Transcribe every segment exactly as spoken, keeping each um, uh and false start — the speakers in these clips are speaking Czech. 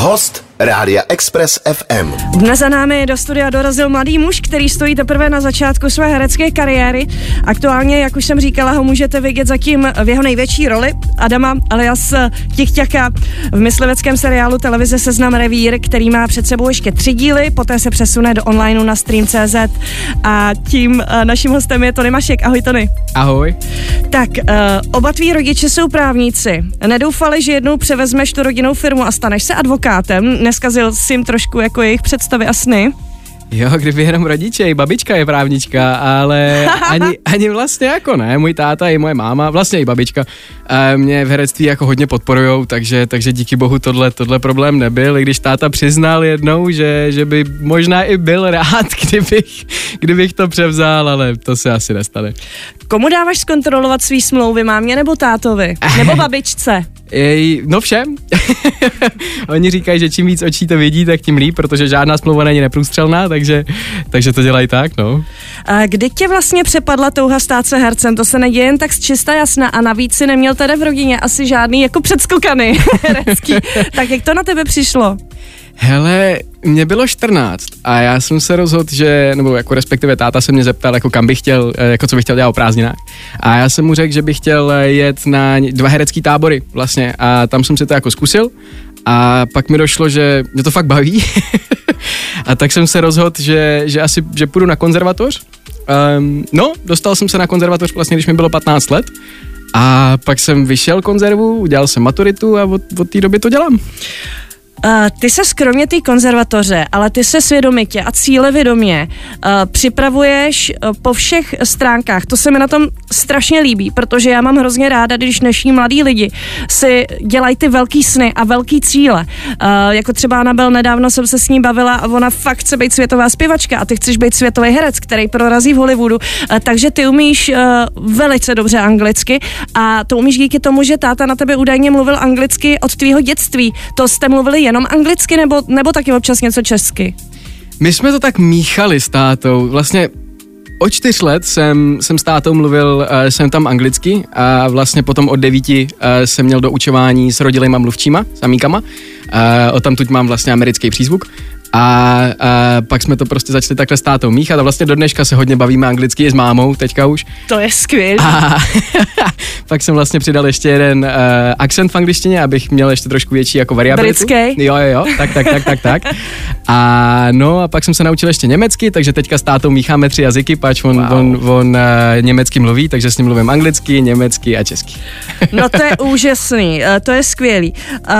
Host Rádia Express F M. Dnes za námi do studia dorazil mladý muž, který stojí teprve na začátku své herecké kariéry. Aktuálně, jak už jsem říkala, ho můžete vidět zatím v jeho největší roli, Adama alias Tichťaka, v mysliveckém seriálu televize Seznam revír, který má před sebou ještě tři díly, poté se přesune do onlineu na stream tečka cé zet a tím naším hostem je Tony Mašek. Ahoj, Tony. Ahoj. Tak, uh, oba tví rodiče jsou právníci. Nedoufali, že jednou převezmeš tu rodinnou firmu a staneš se advokátem. Neskazil jsi jim trošku jako jejich představy a sny? Jo, kdyby jenom rodiče, i babička je právnička, ale ani, ani vlastně jako ne, můj táta i moje máma, vlastně i babička mě v herectví jako hodně podporujou, takže, takže díky bohu tohle, tohle problém nebyl, i když táta přiznal jednou, že, že by možná i byl rád, kdybych, kdybych to převzal, ale to se asi nestane. Komu dáváš zkontrolovat svý smlouvy, mámě nebo tátovi? Nebo babičce? Ej, no všem. Oni říkají, že čím víc očí to vidí, tak tím líp, protože žádná smlouva není neprůstřelná, takže, takže to dělají tak, no. A kdy tě vlastně přepadla touha stát se hercem? To se neděje jen tak z čista jasna a navíc si neměl tedy v rodině asi žádný jako předskokany herecký. Tak jak to na tebe přišlo? Hele, mě bylo čtrnáct a já jsem se rozhodl, že, nebo jako respektive táta se mě zeptal, jako kam bych chtěl, jako co bych chtěl dělat o prázdninách. A já jsem mu řekl, že bych chtěl jet na dva herecký tábory vlastně a tam jsem si to jako zkusil a pak mi došlo, že mě to fakt baví a tak jsem se rozhodl, že, že asi, že půjdu na konzervatoř. Um, no, dostal jsem se na konzervatoř vlastně, když mi bylo patnáct let a pak jsem vyšel konzervu, udělal jsem maturitu a od, od té doby to dělám. Uh, ty se kromě té konzervatoře, ale ty se svědomitě a cílevědomě uh, připravuješ uh, po všech stránkách. To se mi na tom strašně líbí, protože já mám hrozně ráda, když dnešní mladí lidi si dělají ty velký sny a velký cíle. Uh, jako třeba Anabel, nedávno jsem se s ní bavila a ona fakt chce být světová zpěvačka a ty chceš být světový herec, který prorazí v Hollywoodu. Uh, takže ty umíš uh, velice dobře anglicky a to umíš díky tomu, že táta na tebe údajně mluvil anglicky od tvýho dětství. To jste mluvili jenom anglicky nebo, nebo taky občas něco česky? My jsme to tak míchali s tátou. Vlastně od čtyř let jsem, jsem s tátou mluvil, uh, jsem tam anglicky a vlastně potom od devíti uh, jsem měl doučování s rodilejma mluvčíma, s amíkama. Uh, odtamtud mám vlastně americký přízvuk. A, a pak jsme to prostě začali takhle s tátou míchat a vlastně do dneška se hodně bavíme anglicky i s mámou, teďka už. To je skvělý. A pak jsem vlastně přidal ještě jeden uh, akcent v angličtině, abych měl ještě trošku větší jako variabilitu. Britský? Jo, jo, jo, tak, tak, tak, tak, tak. A no a pak jsem se naučil ještě německy, takže teďka s tátou mícháme tři jazyky, pač on, wow. on, on uh, německy mluví, takže s ním mluvím anglicky, německy a česky. No to je úžasný, uh, to je skvělý. Uh,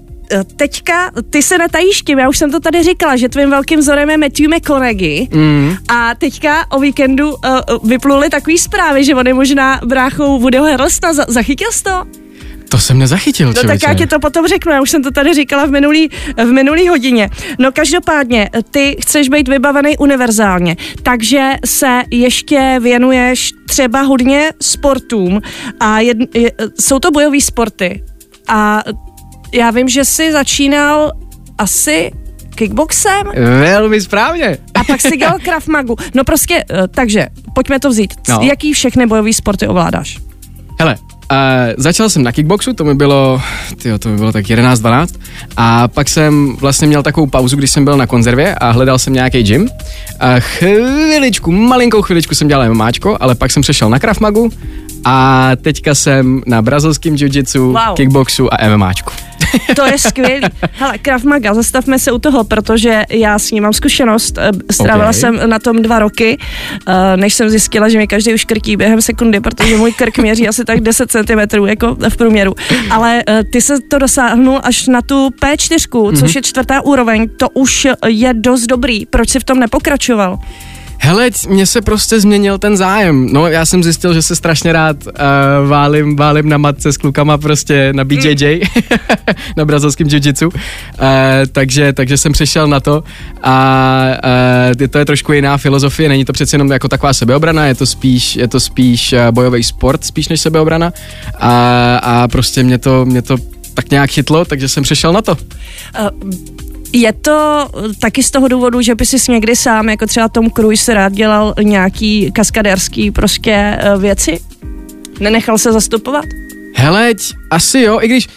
Teďka, ty se netajíš tím, já už jsem to tady říkala, že tvým velkým vzorem je Matthew McConaughey mm. a teďka o víkendu uh, vypluly takový zprávy, že on je možná bráchou Woodyho Harrelsona. Zachytil jsi to? To jsem nezachytil, No tak já ti to potom řeknu, já už jsem to tady říkala v minulý, v minulý hodině. No každopádně, ty chceš být vybavený univerzálně, takže se ještě věnuješ třeba hodně sportům a jed, je, jsou to bojové sporty a já vím, že jsi začínal asi kickboxem. Velmi správně. A pak jsi dělal Krav Magu. No prostě, takže, pojďme to vzít. No. Jaký všechny bojový sporty ovládáš? Hele, uh, začal jsem na kickboxu, to mi bylo, tyjo, to mi bylo tak jedenáct dvanáct a pak jsem vlastně měl takovou pauzu, když jsem byl na konzervě a hledal jsem nějaký gym. A chviličku, malinkou chviličku jsem dělal MMAčko, ale pak jsem přešel na Krav Magu a teďka jsem na brazilském jiu-jitsu, wow. kickboxu a MMAčku. To je skvělý. Hele, Krav Maga, zastavme se u toho, protože já s ním mám zkušenost. Strávila okay. jsem na tom dva roky, než jsem zjistila, že mi každý už krtí během sekundy, protože můj krk měří asi tak deset centimetrů jako v průměru. Ale ty se to dosáhnul až na tu pé čtyři, mm-hmm. což je čtvrtá úroveň. To už je dost dobrý. Proč jsi v tom nepokračoval? Hele, mně se prostě změnil ten zájem. No, já jsem zjistil, že se strašně rád uh, válím, válím na matce s klukama prostě na bé jé jé, na brazilském jiu-jitsu. Uh, takže, takže jsem přešel na to a uh, to je trošku jiná filozofie, není to přece jenom jako taková sebeobrana, je to spíš, je to spíš uh, bojový sport, spíš než sebeobrana a, a prostě mě to, mě to tak nějak chytlo, takže jsem přešel na to. Uh, Je to taky z toho důvodu, že by jsi někdy sám, jako třeba Tom Cruise, rád dělal nějaký kaskadérský prostě věci? Nenechal se zastupovat? Heleď, asi jo, i když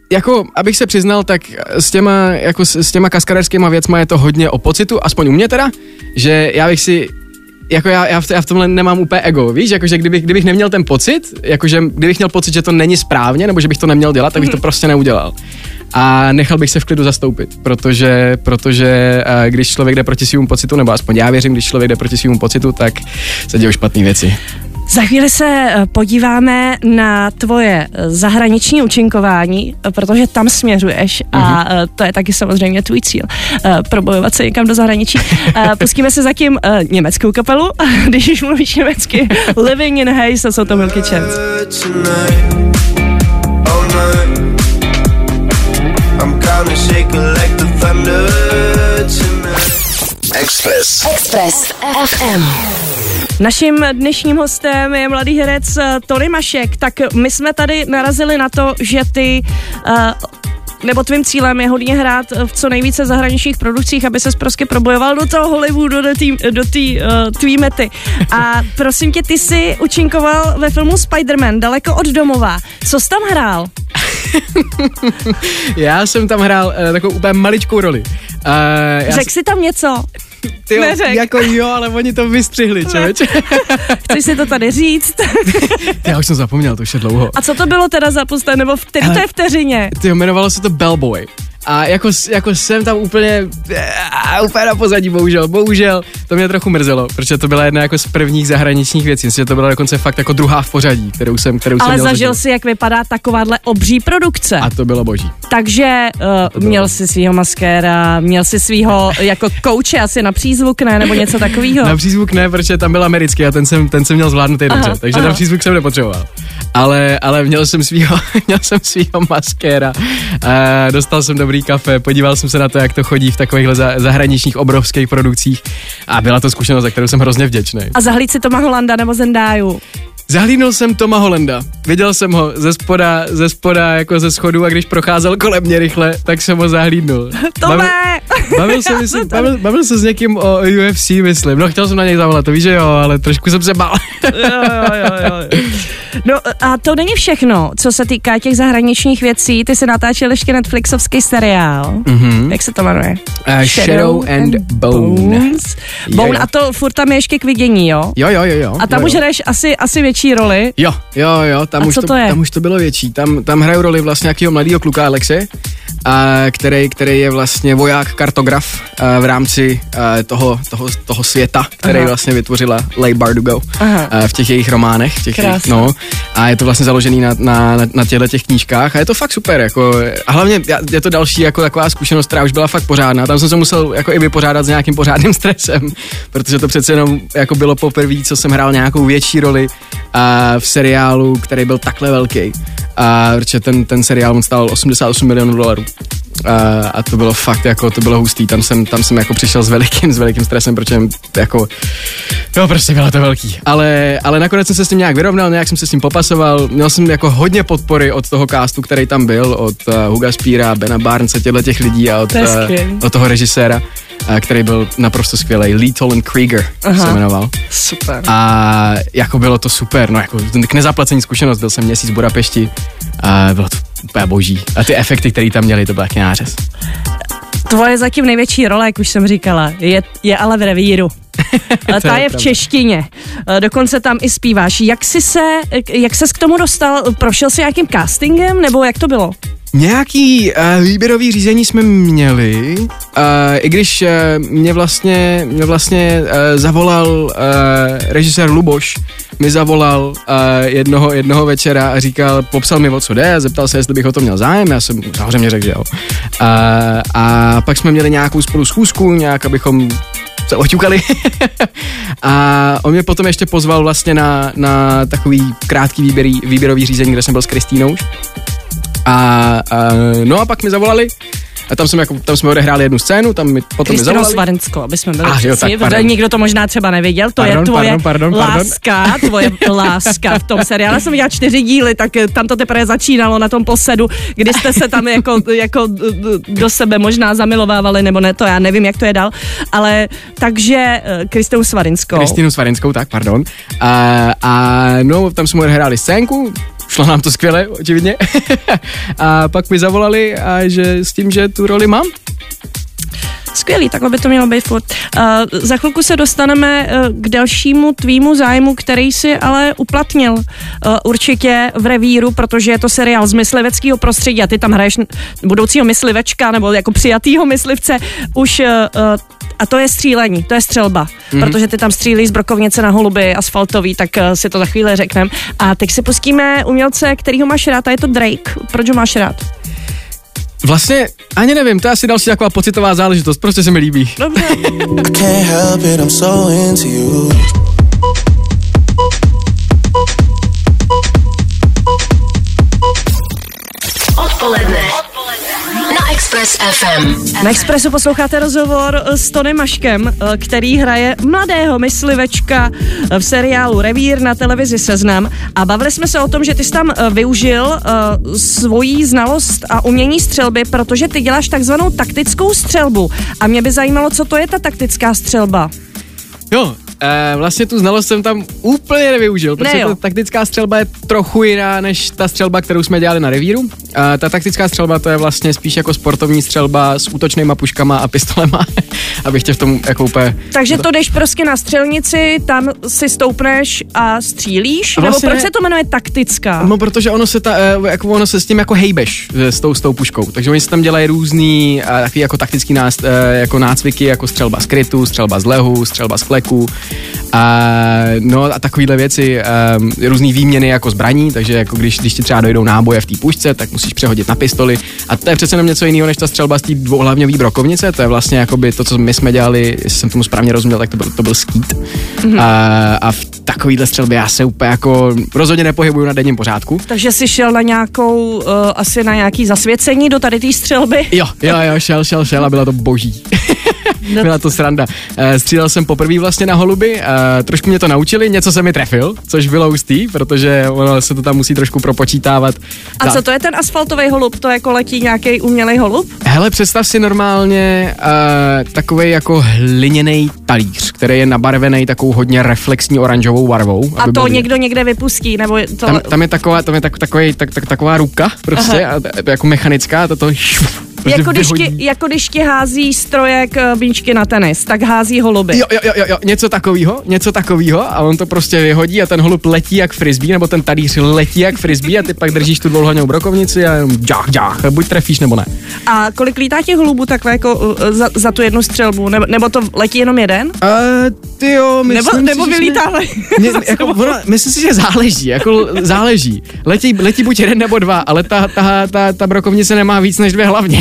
jako, abych se přiznal, tak s těma, jako s, s těma kaskaderskýma věcma je to hodně o pocitu, aspoň u mě teda, že já bych si, jako já, já, v, já v tomhle nemám úplně ego, víš, jakože kdybych, kdybych neměl ten pocit, jakože kdybych měl pocit, že to není správně, nebo že bych to neměl dělat, tak bych to prostě neudělal. A nechal bych se v klidu zastoupit, protože, protože když člověk jde proti svému pocitu, nebo aspoň já věřím, když člověk jde proti svému pocitu, tak se dějou špatné věci. Za chvíli se podíváme na tvoje zahraniční účinkování, protože tam směřuješ a mm-hmm. to je taky samozřejmě tvůj cíl, probojovat se někam do zahraničí. Pustíme se zatím německou kapelu, když už mluvíš německy, Living in Haze, a jsou to Milky Chance. Express. Express F M. Naším dnešním hostem je mladý herec Tony Mašek. Tak my jsme tady narazili na to, že ty, nebo tvým cílem je hodně hrát v co nejvíce zahraničních produkcích, aby ses prostě probojoval do toho Hollywoodu, do té do tý, uh, tvý mety. A prosím tě, ty jsi účinkoval ve filmu Spider-Man, Daleko od domova. Co jsi tam hrál? Já jsem tam hrál uh, takovou úplně maličkou roli. Uh, Řekl jsi tam něco? Tyjo, jako jo, ale oni to vystřihli, člověče. Chceš si to tady říct? Já už jsem zapomněl, to už je dlouho. A co to bylo teda za pusté, nebo v který to je vteřině? Tyjo, jmenovalo se to Bellboy. A jako, jako jsem tam úplně, úplně na pozadí, bohužel, bohužel, to mě trochu mrzelo, protože to byla jedna jako z prvních zahraničních věcí, myslím, že to byla dokonce fakt jako druhá v pořadí, kterou jsem, kterou Ale jsem měl zažil zažil. si, jak vypadá takováhle obří produkce. A to bylo boží. Takže uh, měl bylo. si svýho maskéra, měl si svýho jako kouče asi na přízvuk, ne, nebo něco takového. Na přízvuk ne, protože tam byl americký a ten jsem, ten jsem měl zvládnutý dobře, takže aha. Na přízvuk jsem nepotřeboval. Ale, ale měl jsem svýho, měl jsem svýho maskéra, uh, dostal jsem dobrý kafe, podíval jsem se na to, jak to chodí v takovýchhle zahraničních obrovských produkcích a byla to zkušenost, za kterou jsem hrozně vděčný. A zahlíd si Toma Hollanda nebo Zendáju? Zahlídnul jsem Toma Hollanda. Viděl jsem ho ze spoda, ze spoda, jako ze schodu a když procházel kolem mě rychle, tak jsem ho zahlídnul. Tome! Bavil, bavil, se, myslím, bavil, bavil se s někým o U F C, myslím. No, chtěl jsem na něj zavolat, to víš, že jo, ale trošku jsem se bál. jo, jo, jo, jo. No a to není všechno, co se týká těch zahraničních věcí. Ty jsi natáčel ještě Netflixovský seriál. Mm-hmm. Jak se to jmenuje? Uh, Shadow, Shadow and, and Bone. Bones. Bone, jo, jo. A to furt tam je ještě k vidění, jo? Jo, jo, jo. jo a tam jo, už jo. hraješ asi, asi větší roli. Jo, jo, jo. Tam, a už co to, to je? tam už to bylo větší. Tam, tam hraju roli vlastně nějakého mladého kluka Alexe, a který, který je vlastně voják, kartograf a v rámci a toho, toho, toho světa, který Aha. vlastně vytvořila Leigh Bardugo a v těch jejich románech. Těch jejich, no, a je to vlastně založený na, na, na těchto těch knížkách a je to fakt super. Jako, a hlavně je to další jako taková zkušenost, která už byla fakt pořádná. Tam jsem se musel jako i vypořádat s nějakým pořádným stresem, protože to přece jenom jako bylo poprvé, co jsem hrál nějakou větší roli a v seriálu, který byl takhle velký. A protože ten, ten seriál on stál osmdesát osm milionů dolarů. A, a to bylo fakt jako, to bylo hustý, tam jsem, tam jsem jako přišel s velikým, s velikým stresem, protože jako, no prostě bylo to velký. Ale, ale nakonec jsem se s tím nějak vyrovnal, nějak jsem se s tím popasoval, měl jsem jako hodně podpory od toho castu, který tam byl, od uh, Huga Spíra, Bena Barnese, těchto těch lidí a od, uh, od toho režiséra, uh, který byl naprosto skvělý, Lee Toland Krieger se jmenoval. Super. A jako bylo to super, no jako k nezaplacení zkušenost, byl jsem měsíc v Budapešti a bylo to úplně boží. A ty efekty, které tam měli, to byl jaký nářez. Tvoje zatím největší role, jak už jsem říkala, je, je ale v revíru. Ta je, je v češtině. Dokonce tam i zpíváš. Jak jsi se, jak ses k tomu dostal? Prošel jsi nějakým castingem, nebo jak to bylo? Nějaký uh, výběrový řízení jsme měli, uh, i když uh, mě vlastně, mě vlastně uh, zavolal uh, režisér Luboš, mi zavolal uh, jednoho, jednoho večera a říkal, popsal mi, o co jde, zeptal se, jestli bych o to měl zájem, já jsem samozřejmě řekl, že jo. Uh, a pak jsme měli nějakou spolu schůzku, nějak, abychom se oťukali. A on mě potom ještě pozval vlastně na, na takový krátký výběrý, výběrový řízení, kde jsem byl s Kristínou. A, a no a pak mi zavolali a tam, jsem jako, tam jsme odehráli jednu scénu, tam mi potom mi zavolali. Kristinou Svarinskou, aby jsme byli ah, přesně, jo, protože nikdo to možná třeba nevěděl, to pardon, je tvoje pardon, pardon, láska, pardon. tvoje láska v tom seriálu. Já jsem viděla čtyři díly, tak tam to teprve začínalo na tom posedu, kdy jste se tam jako, jako do sebe možná zamilovávali, nebo ne, to já nevím, jak to je dál, ale takže Kristinu Svarinskou. Kristinu Svarinskou, tak, pardon. A, a no, tam jsme odehráli scénku, šlo nám to skvěle, očividně. A pak mi zavolali, a že s tím, že tu roli mám. Skvělý, takhle by to mělo být furt. Uh, za chvilku se dostaneme uh, k dalšímu tvýmu zájmu, který si ale uplatnil uh, určitě v Revíru, protože je to seriál z mysliveckého prostředí a ty tam hraješ budoucího myslivečka nebo jako přijatýho myslivce už uh, a to je střílení, to je střelba, mm-hmm. protože ty tam střílí z brokovnice na holuby asfaltový, tak uh, si to za chvíli řekneme. A teď si pustíme umělce, kterýho máš rád, a je to Drake. Proč ho máš rád? Vlastně ani nevím, to je asi další taková pocitová záležitost, prostě se mi líbí. Dobře. Odpoledne na Express F M. Na Expressu posloucháte rozhovor s Tonym Maškem, který hraje mladého myslivečka v seriálu Revír na televizi Seznam a bavili jsme se o tom, že ty jsi tam využil uh, svoji znalost a umění střelby, protože ty děláš takzvanou taktickou střelbu a mě by zajímalo, co to je ta taktická střelba. Jo, e, vlastně tu znalost jsem tam úplně nevyužil, protože ne, ta taktická střelba je trochu jiná než ta střelba, kterou jsme dělali na Revíru. E, ta taktická střelba to je vlastně spíš jako sportovní střelba s útočnýma puškama a pistolema, abych tě v tom jako úplně... Takže to jdeš prostě na střelnici, tam si stoupneš a střílíš? Vlastně nebo proč ne... se to jmenuje taktická? No, protože ono se, ta, jako ono se s tím jako hejbeš s tou, s tou puškou, takže oni se tam dělají různý takový jako taktický nást, jako nácviky, jako střelba z krytu, střelba z lehu, střelba z fleku. A, no a takovýhle věci, um, různý výměny jako zbraní, takže jako když, když ti třeba dojdou náboje v té pušce, tak musíš přehodit na pistoli a to je přece jenom něco jiného než ta střelba z té dvouhlavňové brokovnice, to je vlastně jakoby to, co my jsme dělali, jestli jsem tomu správně rozuměl, tak to byl, to byl skít. Mm-hmm. A, a v takovýhle střelbě já se úplně jako rozhodně nepohybuju na denním pořádku. Takže jsi šel na nějakou, uh, asi na nějaký zasvěcení do tady té střelby? Jo, jo, jo, šel, šel, šel a byla to boží. No. Byla to sranda. Střílel jsem poprvé vlastně na holuby, trošku mě to naučili, něco se mi trefil, což bylo hustý, protože ono se to tam musí trošku propočítávat. A co to je ten asfaltový holub? To jako letí nějaký umělej holub? Hele, představ si normálně uh, takovej jako hliněný talíř, který je nabarvený takovou hodně reflexní oranžovou barvou. A to někdo někde vypustí, nebo to... Tam, tam je taková, tam je tak, takový, tak, tak, taková ruka prostě, a, jako mechanická, to to... Prostě jako, když ti, jako když ti hází strojek míčky na tenis, tak hází holuby. Jo, jo, jo, jo, něco takového, něco takového a on to prostě vyhodí a ten holub letí jak frisbee, nebo ten talíř letí jak frisbee a ty pak držíš tu dvouhlavňovou brokovnici a jenom džách, džách, buď trefíš nebo ne. A kolik lítá těch holubů takhle jako za, za tu jednu střelbu? Nebo, nebo to letí jenom jeden? Uh, tyjo, myslím nebo, si, nebo vylítáme. Ne, jako, ono, myslím si, že záleží, jako záleží. Letí, letí buď jeden nebo dva, ale ta, ta, ta, ta brokovnice nemá víc než dvě hlavně.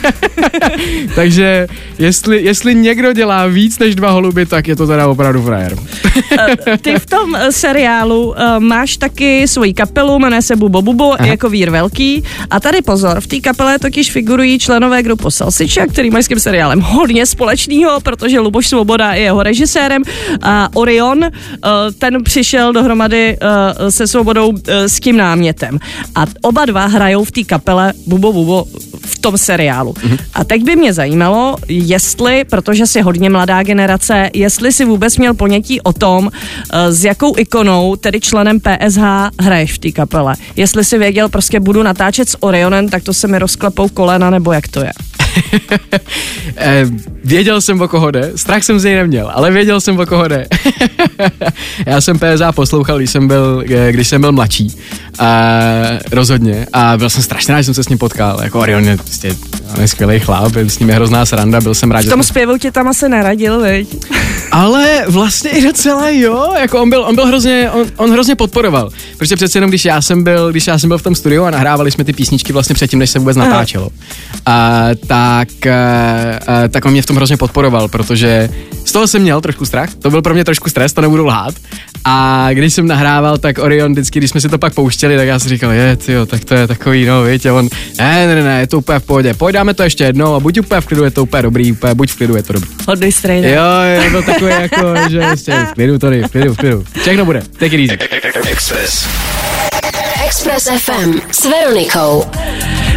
Takže jestli, jestli někdo dělá víc než dva holuby, tak je to teda opravdu frajer. Ty v tom seriálu uh, máš taky svoji kapelu, jmenuje se Bubo Bubo, aha, jako Vír Velký. A tady pozor, v té kapele totiž figurují členové grupy Salsiča, který mají s tím seriálem hodně společného, protože Luboš Svoboda je jeho režisérem. A Orion, uh, ten přišel dohromady uh, se Svobodou uh, s tím námětem. A oba dva hrajou v té kapele Bubo Bubo v tom seriálu. Mm-hmm. A teď by mě zajímalo, jestli, protože jsi hodně mladá generace, jestli si vůbec měl ponětí o tom, s jakou ikonou, tedy členem P S H, hraješ v té kapele. Jestli si věděl, prostě budu natáčet s Orionem, tak to se mi rozklepou kolena, nebo jak to je? eh, věděl jsem, o koho jde. Strach jsem z něj neměl, ale věděl jsem, o koho jde. Já jsem P S H poslouchal, když jsem byl, když jsem byl mladší. Uh, rozhodně. A byl jsem strašně rád, že jsem se s ním potkal. Jako Orion je prostě skvělý chlap, s ním je hrozná sranda, byl jsem rád. V tom jsme... zpěvu tě tam asi neradil, viď? Ale vlastně i docela jo, jako on byl, on byl hrozně, on, on hrozně podporoval. Protože přece jenom, když já jsem byl, když já jsem byl v tom studiu a nahrávali jsme ty písničky vlastně předtím, než se vůbec natáčelo. A, tak, a, tak on mě v tom hrozně podporoval, protože z toho jsem měl trošku strach, to byl pro mě trošku stres, to nebudu lhát. A když jsem nahrával, tak Orion vždycky, když jsme si to pak pouštěli, tak já si říkal, je, tyjo, tak to je takový, no, víte, on, ne, ne, ne, je to úplně v pohodě, pojďme to ještě jednou a buď úplně v klidu, je to úplně dobrý, úplně, buď v klidu, je to dobrý. Hodný strejner. Jo, jo, byl takový jako, že prostě v klidu, tady, v klidu, v klidu. Všechno bude, take it easy. Express. Express F M s Veronikou.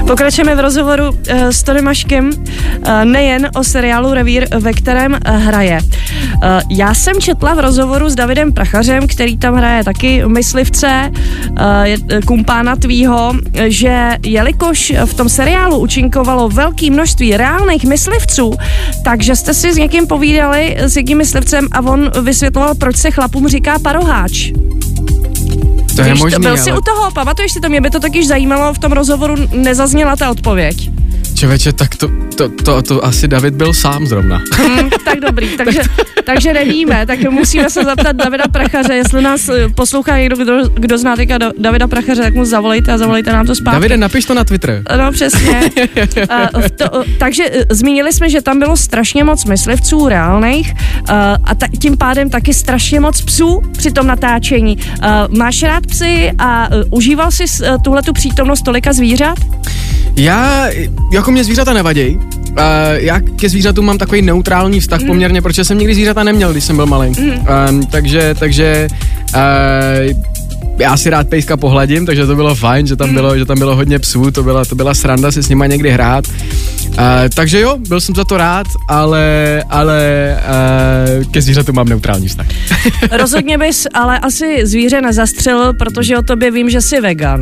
Pokračujeme v rozhovoru uh, s Tonym Maškem, uh, nejen o seriálu Revír, ve kterém uh, hraje. Uh, já jsem četla v rozhovoru s Davidem Prachařem, který tam hraje taky myslivce, uh, je, kumpána tvýho, že jelikož v tom seriálu účinkovalo velké množství reálných myslivců, takže jste si s někým povídali, s jakým myslivcem a on vysvětloval, proč se chlapům říká paroháč. To je Víš, možný, to, byl ale... jsi u toho, pamatuješ si to, mě by to totiž zajímalo, v tom rozhovoru nezazněla ta odpověď. Člověče, tak to, to, to, to asi David byl sám zrovna. Hmm, tak dobrý, takže, takže nevíme, tak musíme se zeptat Davida Prachaře, jestli nás poslouchá někdo, kdo, kdo zná teďka Davida Prachaře, tak mu zavolejte a zavolejte nám to zpátky. Davide, napiš to na Twitter. No, přesně. uh, to, uh, takže uh, zmínili jsme, že tam bylo strašně moc myslivců reálných uh, a ta, tím pádem taky strašně moc psů při tom natáčení. Uh, máš rád psy a uh, užíval jsi uh, tuhletu přítomnost tolika zvířat? Já, jako mě zvířata nevadí. Uh, já ke zvířatům mám takový neutrální vztah mm. poměrně, protože jsem nikdy zvířata neměl, když jsem byl malý. Mm. Um, takže, takže uh, já si rád pejska pohladím, takže to bylo fajn, že tam, mm. bylo, že tam bylo hodně psů, to byla, to byla sranda si s nima někdy hrát. Uh, takže jo, byl jsem za to rád, ale, ale uh, ke zvířatu mám neutrální vztah. Rozhodně bys ale asi zvíře nezastřelil, protože o tobě vím, že jsi vegan.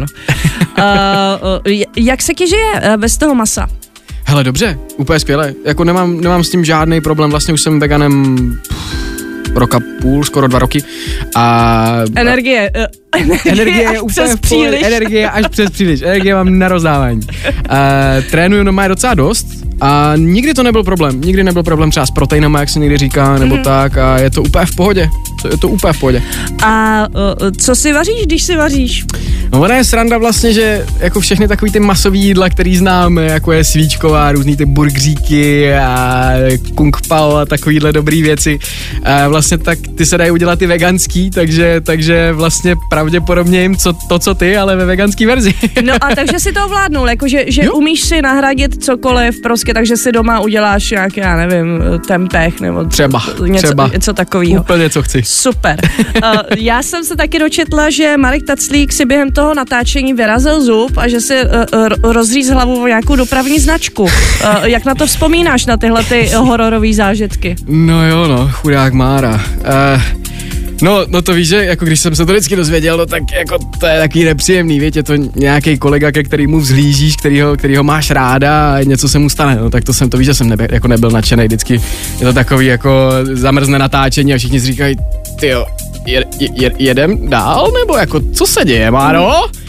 Uh, jak se ti žije bez toho masa? Hele, dobře, úplně skvěle. Jako nemám, nemám s tím žádný problém, vlastně už jsem veganem pff, roka půl, skoro dva roky. A energie. Uh, energie, energie je úplně přes příliš. Energie až přes příliš. Energie mám na rozdávání. Uh, trénuju normálně docela dost a nikdy to nebyl problém. Nikdy nebyl problém třeba s proteinama, jak se někdy říká, nebo mm. tak a je to úplně v pohodě. Je to úplně v pohodě. A uh, co si vaříš, když si vaříš? No ona je sranda vlastně, že jako všechny takový ty masový jídla, který známe, jako je svíčková, různý ty burgeríky a kung pao a takovýhle dobrý věci, a vlastně tak ty se dají udělat i veganský, takže, takže vlastně pravděpodobně jim co, to, co ty, ale ve veganský verzi. No a takže si to ovládnul, jakože že umíš si nahradit cokoliv, prostě, takže si doma uděláš nějaký, já nevím, tempeh nebo třeba, něco, třeba. něco takového. Úplně co chci. Super. Uh, já jsem se taky dočetla, že Marek Taclík si během toho natáčení vyrazil zub a že si uh, rozříz hlavu o nějakou dopravní značku. Uh, jak na to vzpomínáš, na tyhle ty hororové zážitky? No jo, no, chudák Mára. Uh, no, no to víš, že jako když jsem se to vždycky dozvěděl, no tak jako to je taky nepříjemný, víš, je to nějaký kolega, ke kterýmu vzhlížíš, kterýho, kterýho máš ráda a něco se mu stane, no tak to jsem, to víš, že jsem nebe, jako nebyl nadšenej, vždycky je to takový jako zamrzne natáčení a všichni si říkají, tyjo, je, je, jedem dál, nebo jako co se děje, Máro?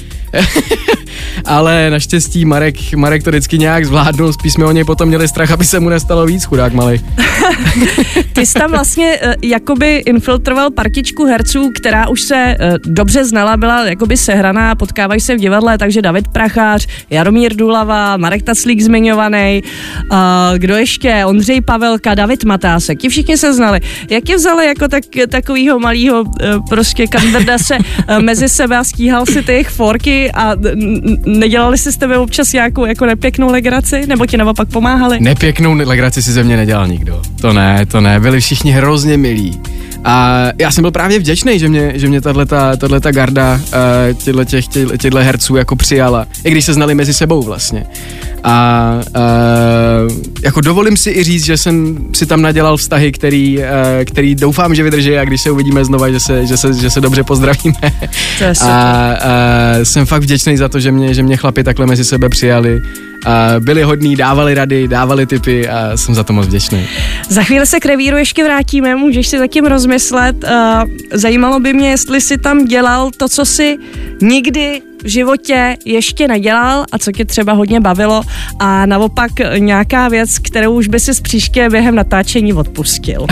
Ale naštěstí Marek, Marek to vždycky nějak zvládnul, spíš jsme o něj potom měli strach, aby se mu nestalo víc, chudák malej. Ty jsi tam vlastně uh, jakoby infiltroval partičku herců, která už se uh, dobře znala, byla jakoby sehraná, potkávají se v divadle, takže David Prachař, Jaromír Dulava, Marek Taclík zmiňovaný, uh, kdo ještě, Ondřej Pavelka, David Matásek, ti všichni se znali. Jak je vzali jako tak, takovýho malýho uh, prostě kandrdase uh, mezi sebe a stíhal si ty jejich forky a nedělali si s tebe občas nějakou jako nepěknou legraci? Nebo ti naopak pomáhali? Nepěknou legraci si ze mě nedělal nikdo. To ne, to ne, byli všichni hrozně milí. A já jsem byl právě vděčný, že mě, že mě tato garda těchto těch, těchto herců jako přijala, i když se znali mezi sebou vlastně. A, a jako dovolím si i říct, že jsem si tam nadělal vztahy, který, který doufám, že vydrží a když se uvidíme znova, že se, že se, že se dobře pozdravíme. To je super. A, a jsem fakt vděčný za to, že mě, že mě chlapi takhle mezi sebe přijali. A byli hodní, dávali rady, dávali tipy a jsem za to moc vděčný. Za chvíli se k revíru ještě vrátíme, můžeš si takým rozmyslet. Uh, zajímalo by mě, jestli jsi tam dělal to, co jsi nikdy v životě ještě nedělal a co tě třeba hodně bavilo a naopak nějaká věc, kterou už by si příště během natáčení odpustil.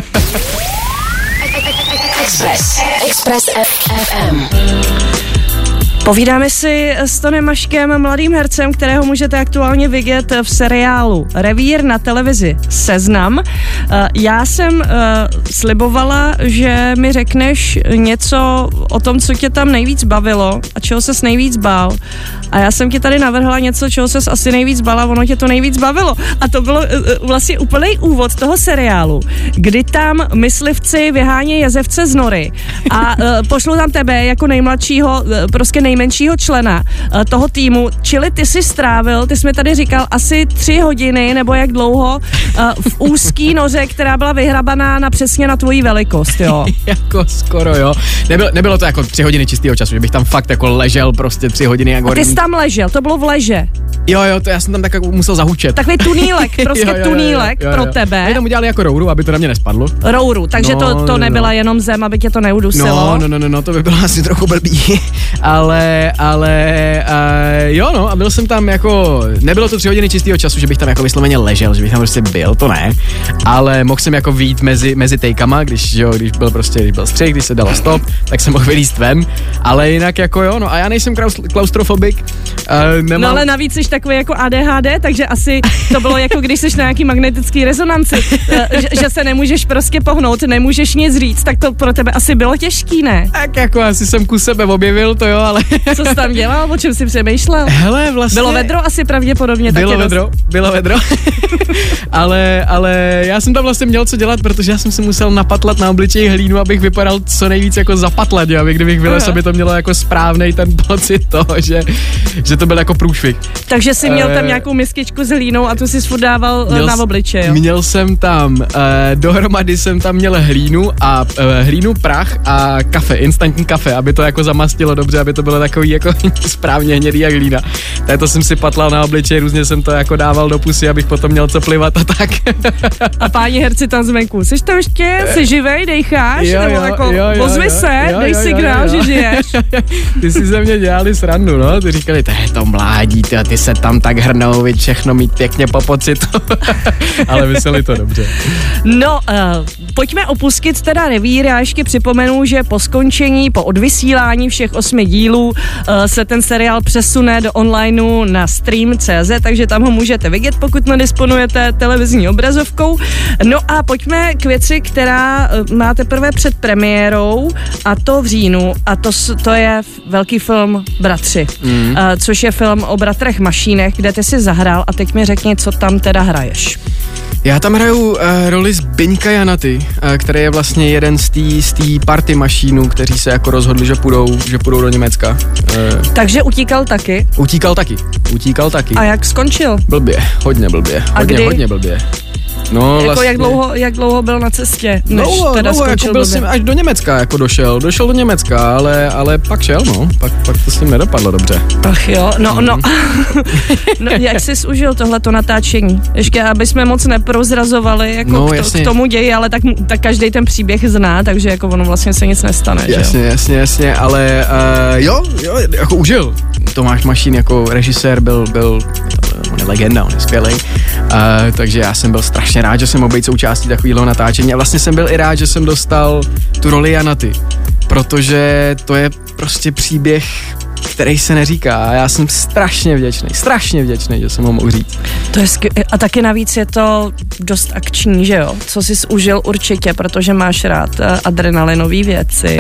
Express. Express ef em. Povídáme si s Tonym Maškem, mladým hercem, kterého můžete aktuálně vidět v seriálu Revír na televizi Seznam. Já jsem slibovala, že mi řekneš něco o tom, co tě tam nejvíc bavilo a čeho ses nejvíc bál. A já jsem ti tady navrhla něco, čeho ses asi nejvíc bála, ono tě to nejvíc bavilo. A to bylo vlastně úplný úvod toho seriálu, kdy tam myslivci vyhánějí jezevce z nory a pošlou tam tebe jako nejmladšího, prostě nejmladšího nejmenšího člena uh, toho týmu, čili ty jsi strávil, ty jsi mi tady říkal, asi tři hodiny, nebo jak dlouho, uh, v úzký noře, která byla vyhrabaná na přesně na tvoji velikost, jo? Jako skoro, jo. Nebylo, nebylo to jako tři hodiny čistého času, že bych tam fakt jako ležel prostě tři hodiny. Jako a ty jsi tam ležel, to bylo v leže. Jo, jo, to já jsem tam tak jako musel zahučet. Takový tunílek, prostě jo, jo, tunílek jo, jo, jo, pro tebe. My tam udělali jako rouru, aby to na mě nespadlo. Rouru, takže no, to, to nebyla no. jenom zem, aby tě to neudusilo. No, no, no, no, no to by bylo asi trochu blbý, ale, ale, uh, jo no, a byl jsem tam jako, nebylo to tři hodiny čistého času, že bych tam jako vysloveně ležel, že bych tam prostě byl, to ne, ale mohl jsem jako vyjít mezi, mezi tejkama, když, jo, když byl prostě, když byl střih, když se dalo stop, tak jsem mohl vylízt ven, ale jinak jako jo, no a já nejsem klaustrofobik. Uh, nemám... No ale navíc jsi takový jako A D H D, takže asi to bylo jako když jsi na nějaký magnetický rezonanci, že, že se nemůžeš prostě pohnout, nemůžeš nic říct, tak to pro tebe asi bylo těžký, ne? Tak jako asi jsem ku sebe objevil, to jo, ale... Co jsi tam dělal, o čem jsi přemýšlel? Hele, vlastně... Bylo vedro asi pravděpodobně. Bylo taky vedro, dost... bylo vedro, ale, ale já jsem tam vlastně měl co dělat, protože já jsem si musel napatlat na obličeji hlínu, abych vypadal co nejvíc jako zapatlat, jo, aby kdybych vylez, aby to mělo jako správnej ten pocit toho, že, že to byl jako průšvih. Takže jsi měl tam nějakou miskičku s hlínou a tu si furt dával měl, na obličej, jo? Měl jsem tam, uh, dohromady jsem tam měl hlínu a uh, hlínu, prach a kafe, instantní kafe, aby to jako zamastilo dobře, aby to bylo takový jako správně hnědý jak hlína. Tak to jsem si patlal na obličej, různě jsem to jako dával do pusy, abych potom měl co plivat a tak. A páni herci tam zvenku, jsi to ještě, jsi živej, dejcháš? Jo, nebo jo, jako, jo, jo, ozvi jo, se, jo, dej jo, signál, jo, jo. že žiješ. Ty si ze mě dělali srandu, no, ty říkali, to je to mládí, ty, ty se tam tak hrnou, vy všechno mít pěkně po pocitu. Ale mysleli to dobře. No, uh, pojďme opustit teda revír, já ještě připomenu, že po skončení, po odvysílání všech osmi dílů uh, se ten seriál přesune do onlineu na stream tečka cé zet, takže tam ho můžete vidět, pokud nedisponujete televizní obrazovkou. No a pojďme k věci, která uh, má teprve před premiérou, a to v říjnu, a to, to je velký film Bratři, mm. uh, což je film o bratrech Mašínech, kde ty si zahrál, a teď mi řekni, co tam teda hraješ. Já tam hraju uh, roli Zbyňka Janaty, uh, který je vlastně jeden z té z té party Mašínů, kteří se jako rozhodli, že půjdou, že půjdou do Německa. Uh, Takže utíkal taky? Utíkal taky, utíkal taky. A jak skončil? Blbě, hodně blbě, a hodně, kdy? hodně blbě. No, jako vlastně... jak, dlouho, jak dlouho byl na cestě, než dlouho, teda dlouho, skončil jako byl blbě? jsem až do Německa, jako došel, došel do Německa, ale, ale pak šel, no, pak, pak to s ním nedopadlo dobře. Ach jo, no, mm. no, no, jak jsi užil tohleto natáčení? Ještě, aby jsme moc neprozrazovali jako no, k, to, k tomu ději, ale tak, tak každý ten příběh zná, takže jako ono vlastně se nic nestane, jasně, že jo? Jasně, jasně, ale uh, jo, jo, jako užil. Tomáš Mašín jako režisér byl, byl, on je legenda, on je skvělej, uh, takže já jsem byl strašně rád, že jsem mohl být součástí takového natáčení a vlastně jsem byl i rád, že jsem dostal tu roli Janaty, protože to je prostě příběh, který se neříká a já jsem strašně vděčný, strašně vděčný, že jsem ho mohl říct. To je skvělé. A taky navíc je to dost akční, že jo? Co jsi užil určitě, protože máš rád adrenalinové věci.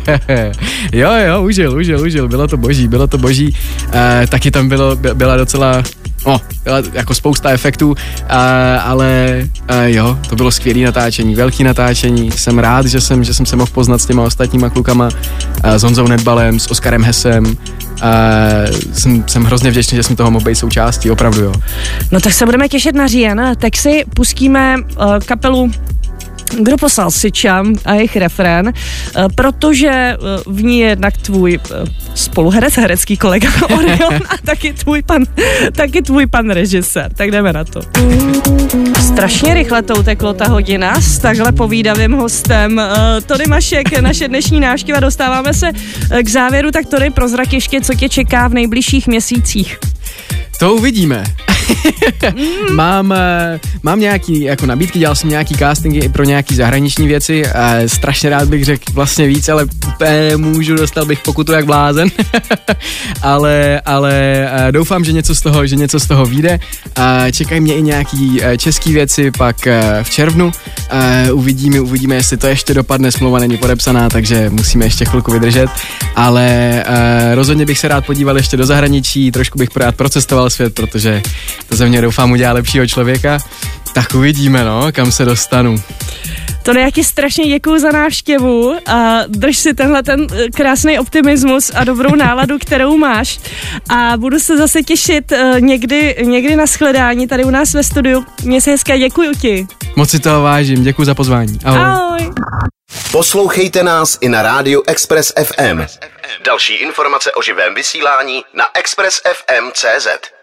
jo, jo, užil, užil, užil, bylo to boží, bylo to boží. E, taky tam bylo, byla docela, no, byla jako spousta efektů, e, ale e, jo, to bylo skvělé natáčení, velký natáčení. Jsem rád, že jsem, že jsem se mohl poznat s těma ostatníma klukama, e, s Honzou Nedbalem, s Oskarem Hesem. Uh, jsem, jsem hrozně vděčný, že jsem toho mohl být součástí, opravdu jo. No tak se budeme těšit na říjen, tak si pustíme uh, kapelu Kdo poslal Syčam a jejich refrén, uh, protože uh, v ní je jednak tvůj uh, spoluherec, herecký kolega Orion a taky tvůj pan, taky tvůj pan režisér, tak jdeme na to. Strašně rychle to uteklo ta hodina s takhle povídavým hostem. Uh, Tony Mašek, naše dnešní návštěva, dostáváme se uh, k závěru, tak Tony, prozrať ještě, co tě čeká v nejbližších měsících. To uvidíme. mám, mám nějaký jako nabídky, dělal jsem nějaký castingy i pro nějaký zahraniční věci. E, strašně rád bych řekl vlastně víc, ale e, můžu, dostal bych pokutu jak blázen. ale ale e, doufám, že něco z toho, že něco z toho vyjde. E, čekají mě i nějaký e, český věci pak e, v červnu. E, uvidíme, uvidíme, jestli to ještě dopadne, smlouva není podepsaná, takže musíme ještě chvilku vydržet. Ale e, rozhodně bych se rád podíval ještě do zahraničí, trošku bych rád procestoval svět, protože to ze mě doufám udělá lepšího člověka. Tak uvidíme, no, kam se dostanu. To nějaký strašně děkuju za návštěvu a drž si tenhle ten krásný optimismus a dobrou náladu, kterou máš. A budu se zase těšit někdy, někdy na shledání tady u nás ve studiu. Měj se hezké, děkuju ti. Moc si toho vážím, děkuju za pozvání. Ahoj. Ahoj. Poslouchejte nás i na rádiu Express F M. Další informace o živém vysílání na express f m tečka cé zet.